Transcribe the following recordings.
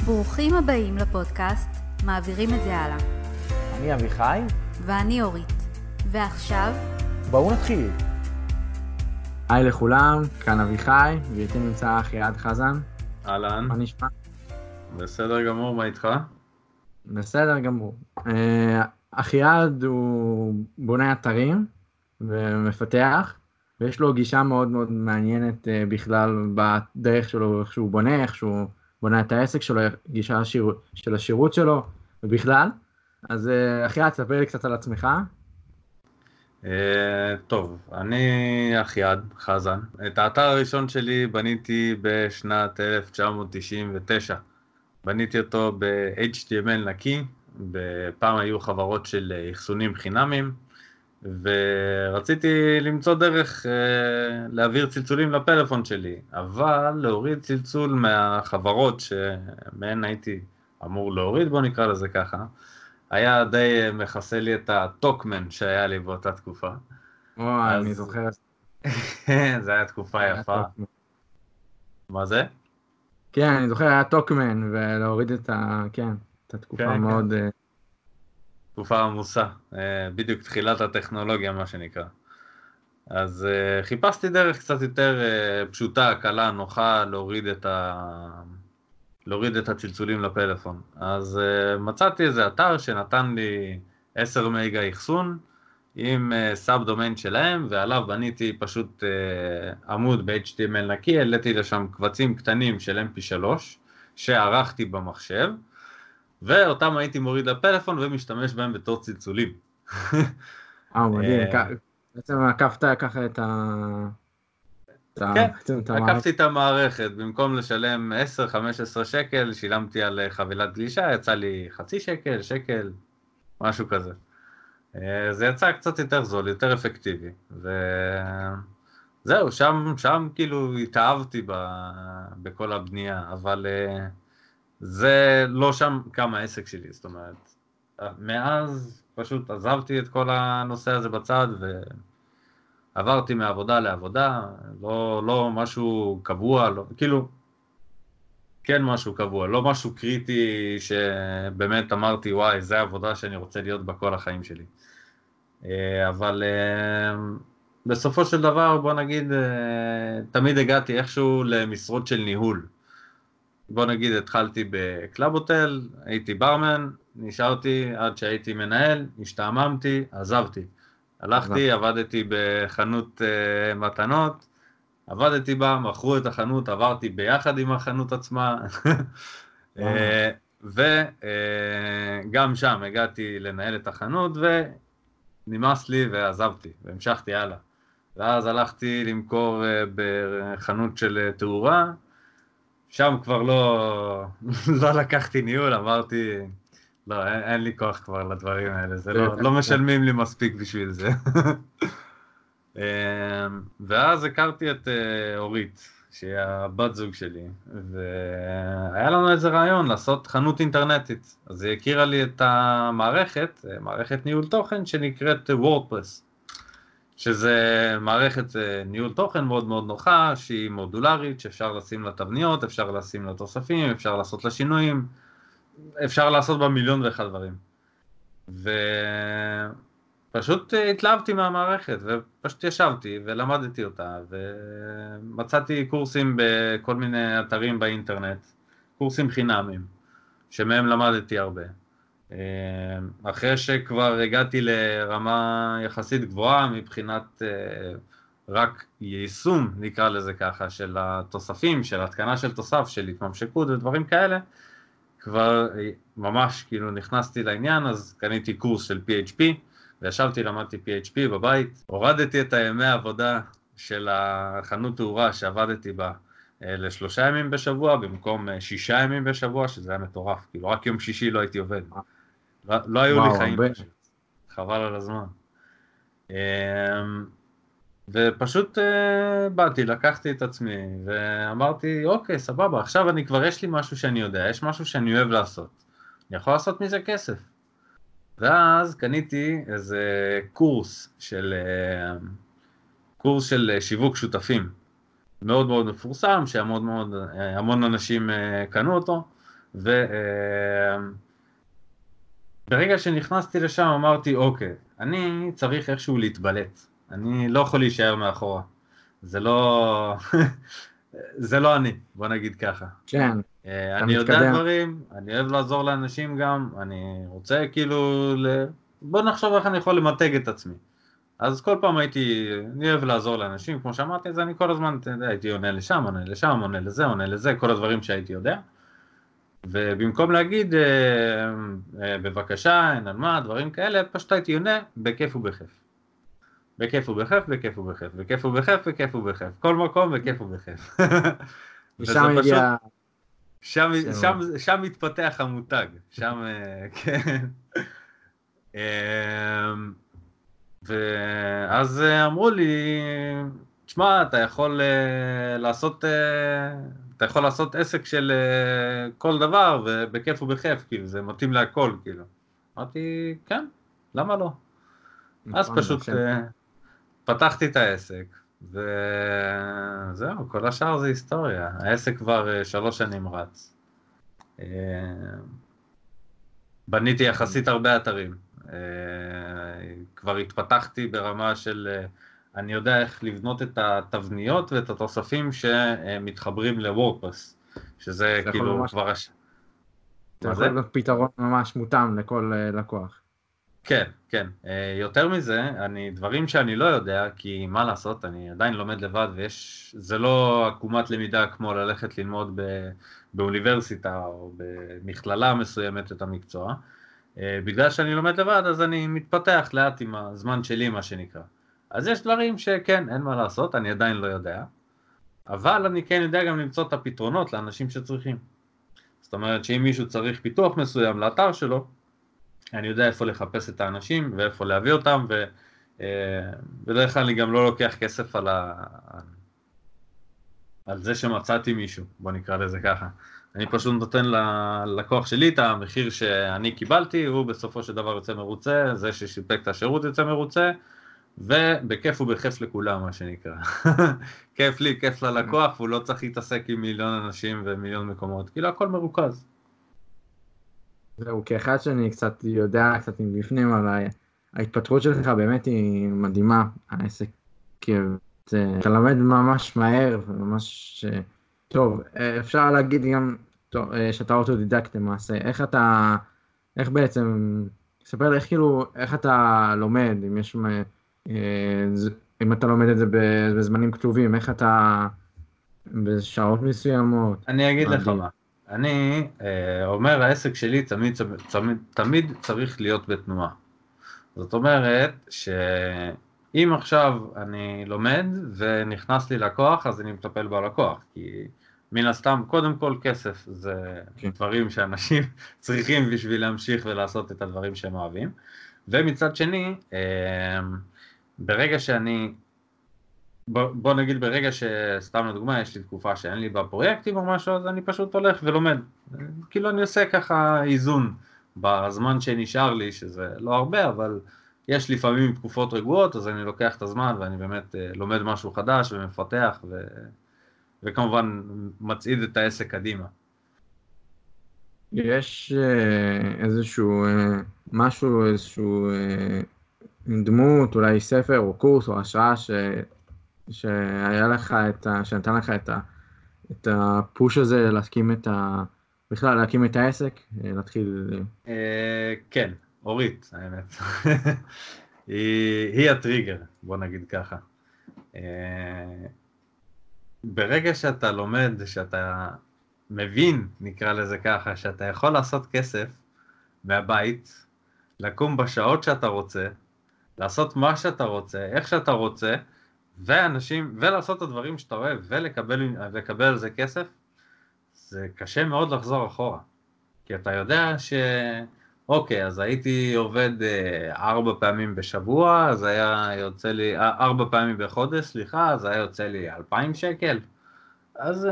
ברוכים הבאים לפודקאסט, מעבירים את זה הלאה. אני אביחי. ואני אורית. ועכשיו, בואו נתחיל. היי לכולם, כאן אביחי, ואיתי נמצא אחיעד חזן. אהלן. מה נשמע? בסדר גמור, מה איתך? בסדר גמור. אחיעד הוא בונה אתרים ומפתח, ויש לו גישה מאוד מאוד מעניינת בכלל בדרך שלו, איך שהוא בונה, איך שהוא בונה את העסק שלו, גישה של השירות שלו ובכלל. אז אחיעד, תספר לי קצת על עצמך. טוב, אני אחיעד חזן. את האתר הראשון שלי בניתי בשנת 1999. בניתי אותו ב-HTML נקי, בפעם היו חברות של אחסונים חינמים, ורציתי למצוא דרך להעביר צלצולים לפלאפון שלי, אבל להוריד צלצול מהחברות שמהן הייתי אמור להוריד, בוא נקרא לזה ככה, היה די מכסה לי את הטוקמן שהיה לי באותה תקופה. אני זוכר. זה היה תקופה יפה. מה זה? כן, אני זוכר, היה טוקמן, ולהוריד את התקופה מאוד... תקופה עמוסה, בדיוק תחילת הטכנולוגיה, מה שנקרא. אז חיפשתי דרך קצת יותר פשוטה, קלה, נוחה, להוריד את הצלצולים לפלאפון. אז מצאתי איזה אתר שנתן לי 10 מגה אחסון עם סאב דומיין שלהם, ועליו בניתי פשוט עמוד ב-HTML נקי, העליתי לשם קבצים קטנים של mp3 שערכתי במחשב, ואותם הייתי מוריד לפלאפון ומשתמש בהם בתור צלצולים. מדהים, בעצם עקפת ככה את כן, עקפתי את המערכת, במקום לשלם 10-15 שקל, שילמתי על חבילת גלישה, יצא לי חצי שקל, שקל, משהו כזה. זה יצא קצת יותר זול, יותר אפקטיבי, וזהו, שם כאילו התאהבתי בכל הבנייה, אבל זה לא שם קם העסק שלי, זאת אומרת, מאז פשוט עזבתי את כל הנושא הזה בצד, עברתי מעבודה לעבודה, לא משהו קבוע, כאילו, כן משהו קבוע, לא משהו קריטי שבאמת אמרתי, וואי, זה העבודה שאני רוצה להיות בה כל החיים שלי. אבל בסופו של דבר, בוא נגיד, תמיד הגעתי איכשהו למשרות של ניהול. בוא נגיד, התחלתי בקלאבוטל, הייתי ברמן, נשארתי עד שהייתי מנהל, השתעממתי, עזבתי. הלכתי, עבדתי בחנות מתנות, עבדתי בה, מכרו את החנות, עברתי ביחד עם החנות עצמה, וגם שם הגעתי לנהל את החנות, ונמאס לי ועזבתי, והמשכתי הלאה. ואז הלכתי למכור בחנות של תאורה, שם כבר לא לקחתי ניהול, אמרתי, לא, אין לי כוח כבר לדברים האלה, זה לא משלמים לי מספיק בשביל זה. ואז הכרתי את אורית, שהיא הבת זוג שלי, והיה לנו איזה רעיון לעשות חנות אינטרנטית. אז היא הכירה לי את המערכת, מערכת ניהול תוכן שנקראת וורדפרס, שזה מערכת ניהול תוכן מאוד מאוד נוחה, שהיא מודולרית, שאפשר לשים לה תבניות, אפשר לשים לה תוספים, אפשר לעשות לה שינויים, אפשר לעשות בה מיליון ואחד דברים. ופשוט התלהבתי מהמערכת, ופשוט ישבתי ולמדתי אותה, ומצאתי קורסים בכל מיני אתרים באינטרנט, קורסים חינמים, שמהם למדתי הרבה. אחרי שכבר הגעתי לרמה יחסית גבוהה מבחינת רק יישום, נקרא לזה ככה, של התוספים, של התקנה של תוסף, של התממשקות ודברים כאלה, כבר ממש כאילו נכנסתי לעניין, אז קניתי קורס של PHP, וישבתי, למדתי PHP בבית, הורדתי את הימי העבודה של החנות תאורה שעבדתי בה ל3 ימים בשבוע, במקום 6 ימים בשבוע, שזה היה מטורף, כאילו רק יום שישי לא הייתי עובד, לא היו לי חיים פשוט, חבל על הזמן. ופשוט באתי, לקחתי את עצמי, ואמרתי, אוקיי, סבבה, עכשיו כבר יש לי משהו שאני יודע, יש משהו שאני אוהב לעשות, אני יכול לעשות מזה כסף. ואז קניתי איזה קורס של שיווק שותפים, מאוד מאוד מפורסם, שהמון אנשים קנו אותו, ברגע שנכנסתי לשם אמרתי, אוקיי, אני צריך איכשהו להתבלט, אני לא יכול להישאר מאחורה, זה לא, זה לא אני, בוא נגיד ככה. כן. אני יודע דברים, אני אוהב לעזור לאנשים גם, אני רוצה כאילו, בוא נחשוב איך אני יכול למתג את עצמי. אז כל פעם אני אוהב לעזור לאנשים, כמו שאמרתי, אז אני כל הזמן, הייתי עונה לשם, עונה לזה, כל הדברים שהייתי יודע. ובמקום להגיד, בבקשה, אין על מה, דברים כאלה, פשוט הייתי עונה בכיף ובכיף. בכיף ובכיף, בכיף ובכיף, בכיף ובכיף, בכיף ובכיף. כל מקום בכיף ובכיף. ושם הגיע... שם מתפתח המותג, שם, כן. ואז אמרו לי, תשמע, אתה יכול לעשות עסק של כל דבר, ובכיף ובכיף, כאילו, זה מתאים להכל, כאילו. אמרתי, כן, למה לא? אז פשוט פתחתי את העסק, וזהו, כל השאר זה היסטוריה. העסק כבר 3 שנים רץ. בניתי יחסית הרבה אתרים. כבר התפתחתי ברמה של, אני יודע איך לבנות את התבניות ואת התוספים שמתחברים לוורדפרס, שזה כאילו כבר... זה יכול להיות פתרון ממש מותאם לכל לקוח. כן, כן. יותר מזה, דברים שאני לא יודע, כי מה לעשות, אני עדיין לומד לבד, זה לא עקומת למידה כמו ללכת ללמוד באוניברסיטה או במכללה מסוימת את המקצוע. בגלל שאני לומד לבד, אז אני מתפתח לאט עם הזמן שלי, מה שנקרא. אז יש דברים שכן, אין מה לעשות, אני עדיין לא יודע, אבל אני כן יודע גם למצוא את הפתרונות לאנשים שצריכים. זאת אומרת שאם מישהו צריך פיתוח מסוים לאתר שלו, אני יודע איפה לחפש את האנשים ואיפה להביא אותם, ובדרך כלל אני גם לא לוקח כסף על זה שמצאתי מישהו, בוא נקרא לזה ככה. אני פשוט נותן ללקוח שלי את המחיר שאני קיבלתי, הוא בסופו של דבר יוצא מרוצה, זה ששיפק את השירות יוצא מרוצה, ובכיף ובכיף לכולם, מה שנקרא. כיף לי, כיף ללקוח, והוא לא צריך להתעסק עם מיליון אנשים ומיליון מקומות, כאילו הכל מרוכז. זהו, כאחד שאני קצת יודע, קצת מבפנים על ההתפתחות שלך, באמת היא מדהימה, העסק, אתה למד ממש מהר, ממש טוב, אפשר להגיד גם שאתה אוטודידקט למעשה, איך בעצם, ספר לי איך אתה לומד, אם אתה לומד את זה בזמנים כתובים, איך אתה בשעות מסוימות. אני אגיד לך מה. אני אומר, העסק שלי תמיד צריך להיות בתנועה. זאת אומרת שאם עכשיו אני לומד ונכנס לי לקוח, אז אני מטפל בלקוח, כי מן הסתם, קודם כל כסף זה דברים שאנשים צריכים בשביל להמשיך ולעשות את הדברים שהם אוהבים. ומצד שני, ברגע שאני, בוא נגיד ברגע שסתם לדוגמה יש לי תקופה שאין לי בפרויקטים או משהו, אז אני פשוט הולך ולומד. כאילו אני עושה ככה איזון בזמן שנשאר לי, שזה לא הרבה, אבל יש לפעמים תקופות רגועות, אז אני לוקח את הזמן ואני באמת לומד משהו חדש ומפתח וכמובן מצעיד את העסק קדימה. יש איזשהו משהו, איזשהו דמות, אולי ספר או קורס או השראה שהיה לך שנתן לך את הפוש הזה בכלל להקים את העסק, להתחיל... כן, אורית, האמת. היא הטריגר, בוא נגיד ככה. ברגע שאתה לומד, שאתה מבין, נקרא לזה ככה, שאתה יכול לעשות כסף מהבית, לקום בשעות שאתה רוצה, לעשות מה שאתה רוצה, איך שאתה רוצה, ולעשות את הדברים שאתה אוהב, ולקבל על זה כסף, זה קשה מאוד לחזור אחורה. כי אתה יודע אוקיי, אז הייתי עובד 4 פעמים בשבוע, אז היה יוצא לי, 4 פעמים בחודש, סליחה, אז היה יוצא לי 2,000 שקל. אז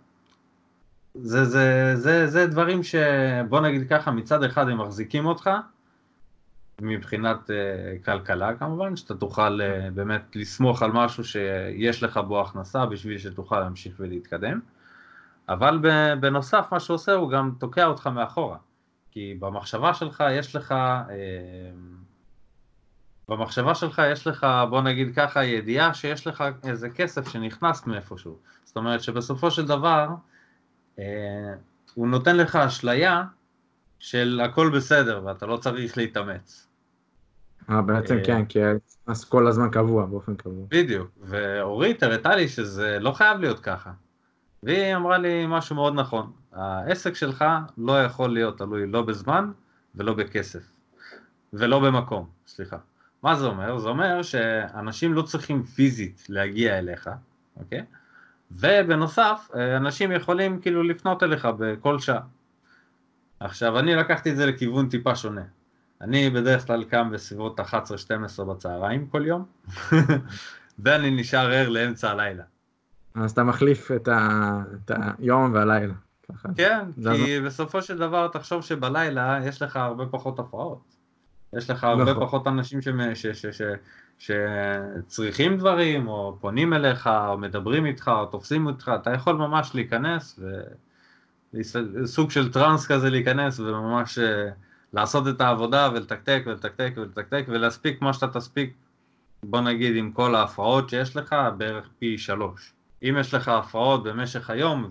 זה דברים שבוא נגיד ככה, מצד אחד הם מחזיקים אותך, מבחינת כלכלה כמובן, שאתה תוכל באמת לסמוך על משהו שיש לך בו הכנסה בשביל שתוכל להמשיך ולהתקדם. אבל בנוסף מה שהוא עושה הוא גם תוקע אותך מאחורה, כי במחשבה שלך יש לך, בוא נגיד ככה, ידיעה שיש לך איזה כסף שנכנס מאיפשהו. זאת אומרת שבסופו של דבר, הוא נותן לך אשליה של הכל בסדר, ואתה לא צריך להתאמץ. בעצם כן, כי אז כל הזמן קבוע, באופן קבוע. בדיוק, ואורית הראתה לי שזה לא חייב להיות ככה. והיא אמרה לי משהו מאוד נכון, העסק שלך לא יכול להיות תלוי לא בזמן ולא בכסף, ולא במקום, סליחה. מה זה אומר? זה אומר שאנשים לא צריכים פיזית להגיע אליך, אוקיי? ובנוסף, אנשים יכולים כאילו לפנות אליך בכל שעה. עכשיו, אני לקחתי את זה לכיוון טיפה שונה. אני בדרך כלל קם בסביבות 11-12 בצהריים כל יום, ואני נשאר ער לאמצע הלילה. אז אתה מחליף את היום והלילה. כן, כי בסופו של דבר תחשוב שבלילה יש לך הרבה פחות הפרעות. יש לך הרבה פחות אנשים שצריכים דברים, או פונים אליך, או מדברים איתך, או תופסים איתך. אתה יכול ממש להיכנס, סוג של טרנס כזה להיכנס, וממש לעשות את העבודה, ולתקתק, ולתקתק, ולתקתק, ולהספיק מה שאתה תספיק, בוא נגיד עם כל ההפרעות שיש לך, בערך פי 3. אם יש לך הפרעות במשך היום,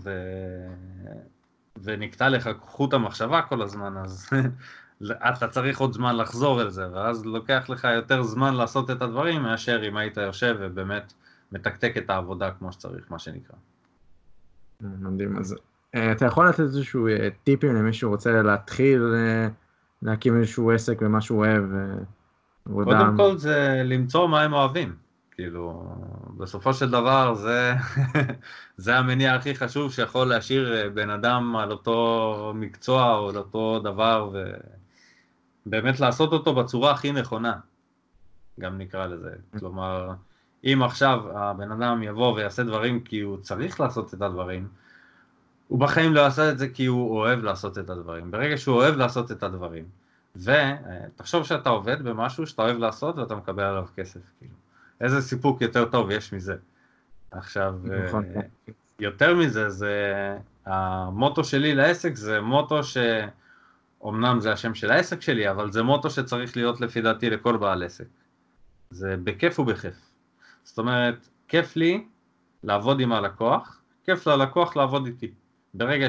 ונקטע לך חוט המחשבה כל הזמן, אז אתה צריך עוד זמן לחזור אל זה, ואז לוקח לך יותר זמן לעשות את הדברים, מאשר אם היית יושב ובאמת מתקתק את העבודה כמו שצריך, מה שנקרא. מדהים, אז אתה יכול לתת איזשהו טיפים למי שרוצה להתחיל להקים איזשהו עסק ומה שהוא אוהב? קודם כל זה למצוא מה הם אוהבים. כאילו, בסופו של דבר זה המניע הכי חשוב שיכול להשאיר בן אדם על אותו מקצוע או על אותו דבר, ובאמת לעשות אותו בצורה הכי נכונה, גם נקרא לזה. כלומר, אם עכשיו הבן אדם יבוא ויעשה דברים כי הוא צריך לעשות את הדברים, הוא בחיים לא יעשה את זה כי הוא אוהב לעשות את הדברים. ברגע שהוא אוהב לעשות את הדברים, ותחשוב שאתה עובד במשהו שאתה אוהב לעשות ואתה מקבל עליו כסף, כאילו. איזה סיפוק יותר טוב יש מזה. עכשיו, יותר מזה, המוטו שלי לעסק זה מוטו אומנם זה השם של העסק שלי, אבל זה מוטו שצריך להיות לפי דעתי לכל בעל עסק. זה בכיף ובכיף. זאת אומרת, כיף לי לעבוד עם הלקוח, כיף ללקוח לעבוד איתי. ברגע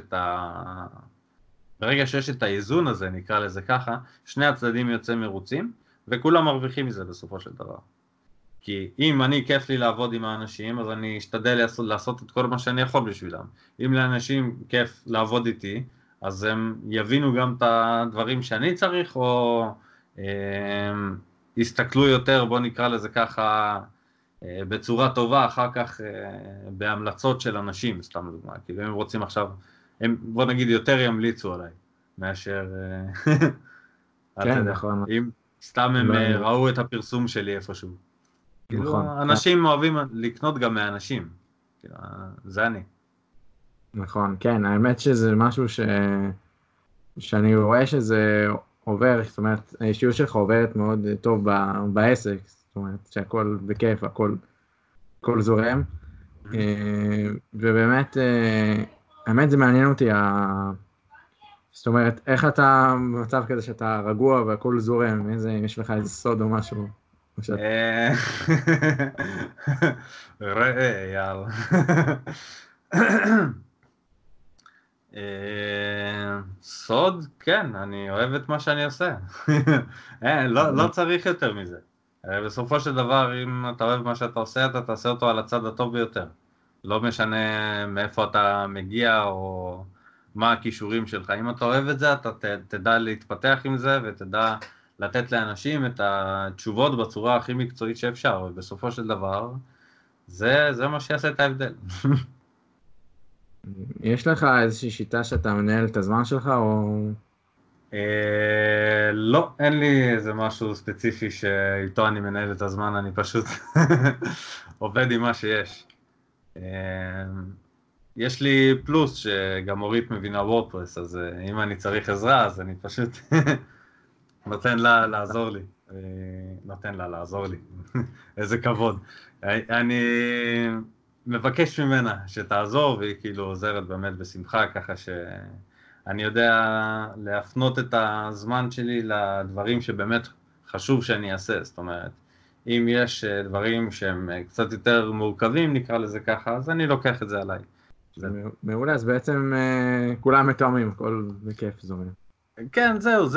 שיש את האיזון הזה, נקרא לזה ככה, שני הצדדים יוצאים מרוצים, וכולם מרוויחים מזה בסופו של דבר. כי אם אני כיף לי לעבוד עם האנשים, אז אני אשתדל לעשות את כל מה שאני יכול בשבילם. אם לאנשים כיף לעבוד איתי, אז הם יבינו גם את הדברים שאני צריך, או יסתכלו יותר, בוא נקרא לזה ככה, בצורה טובה, אחר כך בהמלצות של אנשים, סתם דוגמה. כאילו אם הם רוצים עכשיו, בוא נגיד יותר ימליצו עליי, מאשר... כן, נכון. אם סתם הם ראו את הפרסום שלי איפשהו. כאילו, אנשים אוהבים לקנות גם מאנשים, זה אני. נכון, כן, האמת שזה משהו שאני רואה שזה עובר, זאת אומרת, האישיות שלך עוברת מאוד טוב בעסק, זאת אומרת, שהכל בכיף, הכל זורם, ובאמת, האמת זה מעניין אותי, זאת אומרת, איך אתה במצב כזה שאתה רגוע והכל זורם, יש לך איזה סוד או משהו? ראה, יאללה. סוד, כן, אני אוהב את מה שאני עושה. לא צריך יותר מזה. בסופו של דבר, אם אתה אוהב מה שאתה עושה, אתה תעשה אותו על הצד הטוב ביותר. לא משנה מאיפה אתה מגיע או מה הכישורים שלך. אם אתה אוהב את זה, אתה תדע להתפתח עם זה ותדע לתת לאנשים את התשובות בצורה הכי מקצועית שאפשר, ובסופו של דבר, זה מה שיעשה את ההבדל. יש לך איזושהי שיטה שאתה מנהל את הזמן שלך, או... לא, אין לי איזה משהו ספציפי שאיתו אני מנהל את הזמן, אני פשוט עובד עם מה שיש. יש לי פלוס שגם אורית מבינה וורדפרס, אז אם אני צריך עזרה, אז אני פשוט... נותן לה לעזור לי, איזה כבוד. מבקש ממנה שתעזור, והיא כאילו עוזרת באמת בשמחה, ככה שאני יודע להפנות את הזמן שלי לדברים שבאמת חשוב שאני אעשה. זאת אומרת, אם יש דברים שהם קצת יותר מורכבים, נקרא לזה ככה, אז אני לוקח את זה עליי. מעולה, אז בעצם כולם מתואמים, הכל בכיף זורם. כן, זהו,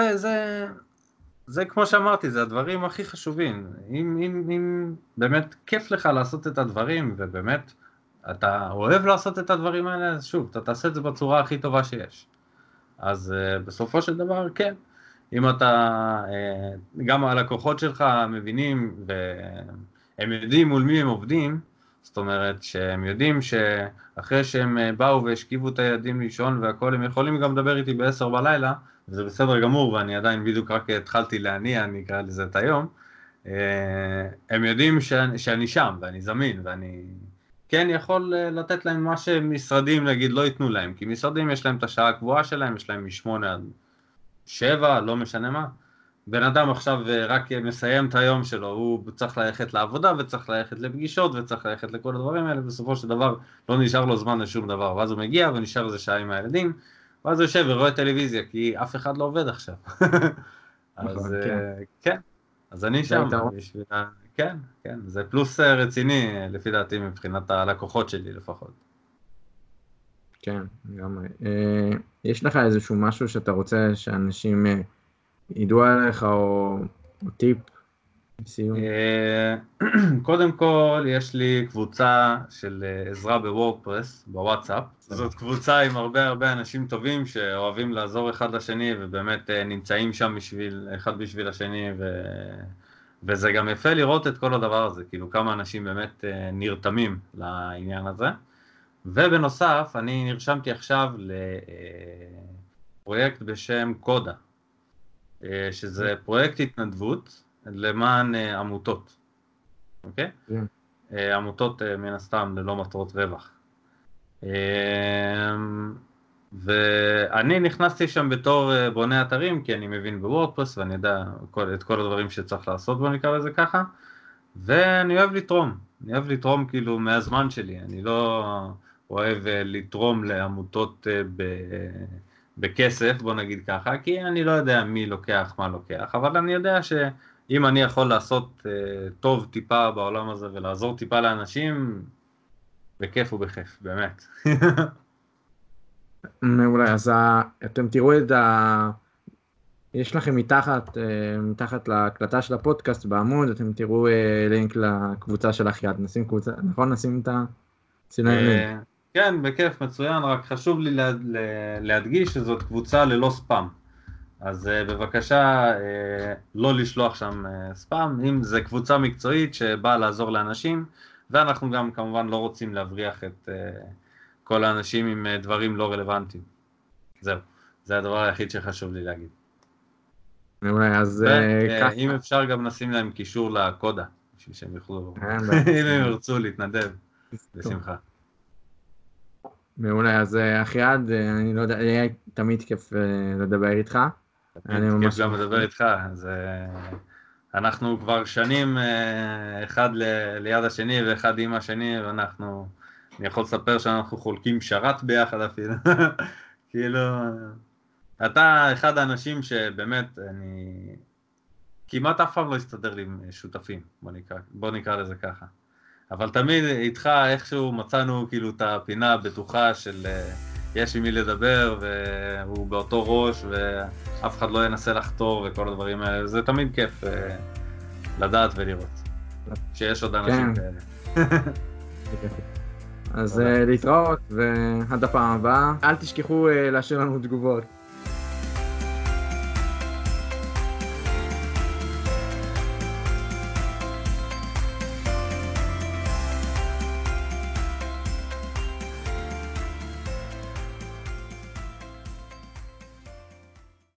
זה כמו שאמרתי, זה הדברים הכי חשובים. אם באמת כיף לך לעשות את הדברים, ובאמת אתה אוהב לעשות את הדברים האלה, אז שוב, אתה תעשה את זה בצורה הכי טובה שיש. אז בסופו של דבר, כן. אם אתה, גם הלקוחות שלך מבינים, והם יודעים מול מי הם עובדים, זאת אומרת שהם יודעים שאחרי שהם באו והשכיבו את הילדים לישון והכל, הם יכולים גם לדבר איתי ב-10 בלילה, וזה בסדר גמור, ואני עדיין בדיוק רק התחלתי להניע, אני אקרא לזה את היום. הם יודעים שאני שם, ואני זמין, ואני כן יכול לתת להם מה שמשרדים, נגיד, לא ייתנו להם, כי משרדים יש להם את השעה הקבועה שלהם, יש להם מ8 עד 7, לא משנה מה. בן אדם עכשיו רק מסיים את היום שלו, הוא צריך ללכת לעבודה, וצריך ללכת לפגישות, וצריך ללכת לכל הדברים האלה, בסופו של דבר לא נשאר לו זמן לשום דבר, ואז הוא מגיע ונשאר איזה שעה עם הילדים, ואז הוא יושב ורואה טלוויזיה, כי אף אחד לא עובד עכשיו. אז כן, אז אני שם, כן, זה פלוס רציני, לפי דעתי, מבחינת הלקוחות שלי לפחות. כן, גם, יש לך איזשהו משהו שאתה רוצה שאנשים ידעו עליך, או טיפ לסיום? קודם כל, יש לי קבוצה של עזרה בוורדפרס, בוואטסאפ. זאת קבוצה עם הרבה אנשים טובים שאוהבים לעזור אחד לשני, ובאמת נמצאים שם אחד בשביל השני, וזה גם יפה לראות את כל הדבר הזה, כאילו כמה אנשים באמת נרתמים לעניין הזה. ובנוסף, אני נרשמתי עכשיו לפרויקט בשם קודה, שזה פרויקט התנדבות למען עמותות, אוקיי? עמותות מן הסתם ללא מטרות רווח. ואני נכנסתי שם בתור בונה אתרים, כי אני מבין בוורדפרס ואני יודע את כל הדברים שצריך לעשות, בוא נקרא לזה ככה, ואני אוהב לתרום, כאילו מהזמן שלי, אני לא אוהב לתרום לעמותות בכסף, בוא נגיד ככה, כי אני לא יודע מי לוקח, מה לוקח, אבל אני יודע שאם אני יכול לעשות טוב טיפה בעולם הזה ולעזור טיפה לאנשים, בכיף ובכיף, באמת. מעולה, אז אתם תראו את יש לכם מתחת להקלטה של הפודקאסט בעמוד, אתם תראו לינק לקבוצה של אחיעד, נשים קבוצה, נכון? נשים את לינק. כן, בכיף, מצוין, רק חשוב לי להדגיש שזאת קבוצה ללא ספאם. אז בבקשה לא לשלוח שם ספאם, אם זה קבוצה מקצועית שבאה לעזור לאנשים, ואנחנו גם כמובן לא רוצים להבריח את כל האנשים עם דברים לא רלוונטיים. זהו, זה הדבר היחיד שחשוב לי להגיד. מעולה, אז ככה. אם אפשר גם נשים להם קישור לקודה, בשביל שהם יוכלו, אם הם ירצו להתנדב, בשמחה. מעולה, אז אחיעד, אני לא יודע, יהיה תמיד כיף לדבר איתך. כיף גם לדבר איתך, אז אנחנו כבר שנים אחד ליד השני ואחד עם השני, ואנחנו, אני יכול לספר שאנחנו חולקים שרת ביחד אפילו, כאילו, אתה אחד האנשים שבאמת, אני כמעט אף פעם לא הסתדר לי עם שותפים, בוא נקרא לזה ככה. אבל תמיד איתך איכשהו מצאנו כאילו את הפינה הבטוחה של יש עם מי לדבר והוא באותו ראש ואף אחד לא ינסה לחתור וכל הדברים האלה, זה תמיד כיף לדעת ולראות שיש עוד אנשים כאלה. אז להתראות ועד הפעם הבאה, אל תשכחו להשאיר לנו תגובות.